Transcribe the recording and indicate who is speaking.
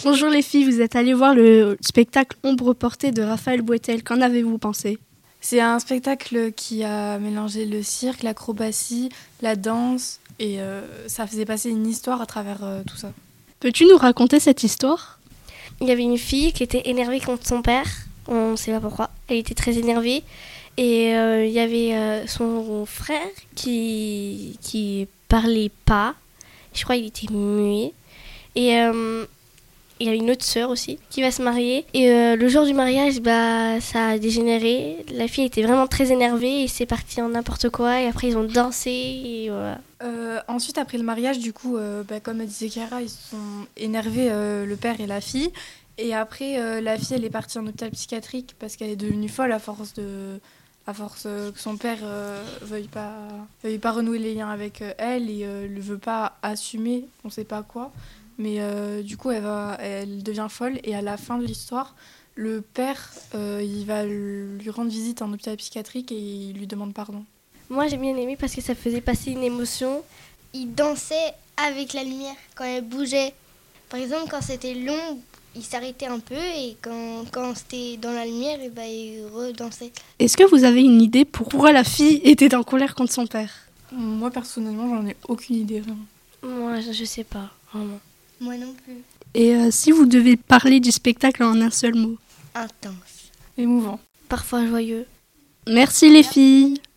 Speaker 1: Bonjour les filles, vous êtes allées voir le spectacle Ombre portée de Raphaël Boitel. Qu'en avez-vous pensé ?
Speaker 2: C'est un spectacle qui a mélangé le cirque, l'acrobatie, la danse et ça faisait passer une histoire à travers tout ça.
Speaker 1: Peux-tu nous raconter cette histoire ?
Speaker 3: Il y avait une fille qui était énervée contre son père, on ne sait pas pourquoi, elle était très énervée. Et il y avait son frère qui parlait pas, je crois qu'il était muet. Et il y a une autre sœur aussi qui va se marier. Et le jour du mariage, ça a dégénéré. La fille était vraiment très énervée et c'est parti en n'importe quoi. Et après, ils ont dansé et voilà.
Speaker 2: Ensuite, après le mariage, du coup, comme disait Chiara, ils se sont énervés, le père et la fille. Et après, la fille, elle est partie en hôpital psychiatrique parce qu'elle est devenue folle à force que son père veuille pas renouer les liens avec elle et ne veut pas assumer, on sait pas quoi. Mais du coup, elle devient folle et à la fin de l'histoire, le père, il va lui rendre visite en hôpital psychiatrique et il lui demande pardon.
Speaker 3: Moi, j'ai bien aimé parce que ça faisait passer une émotion.
Speaker 4: Il dansait avec la lumière quand elle bougeait. Par exemple, quand c'était long, il s'arrêtait un peu et quand c'était dans la lumière, il redansait.
Speaker 1: Est-ce que vous avez une idée pourquoi la fille était en colère contre son père ?
Speaker 2: Moi, personnellement, j'en ai aucune idée, vraiment.
Speaker 3: Moi, je sais pas, vraiment.
Speaker 4: Moi non plus.
Speaker 1: Et si vous devez parler du spectacle en un seul mot ?
Speaker 4: Intense.
Speaker 2: Émouvant.
Speaker 3: Parfois joyeux.
Speaker 1: Merci les filles.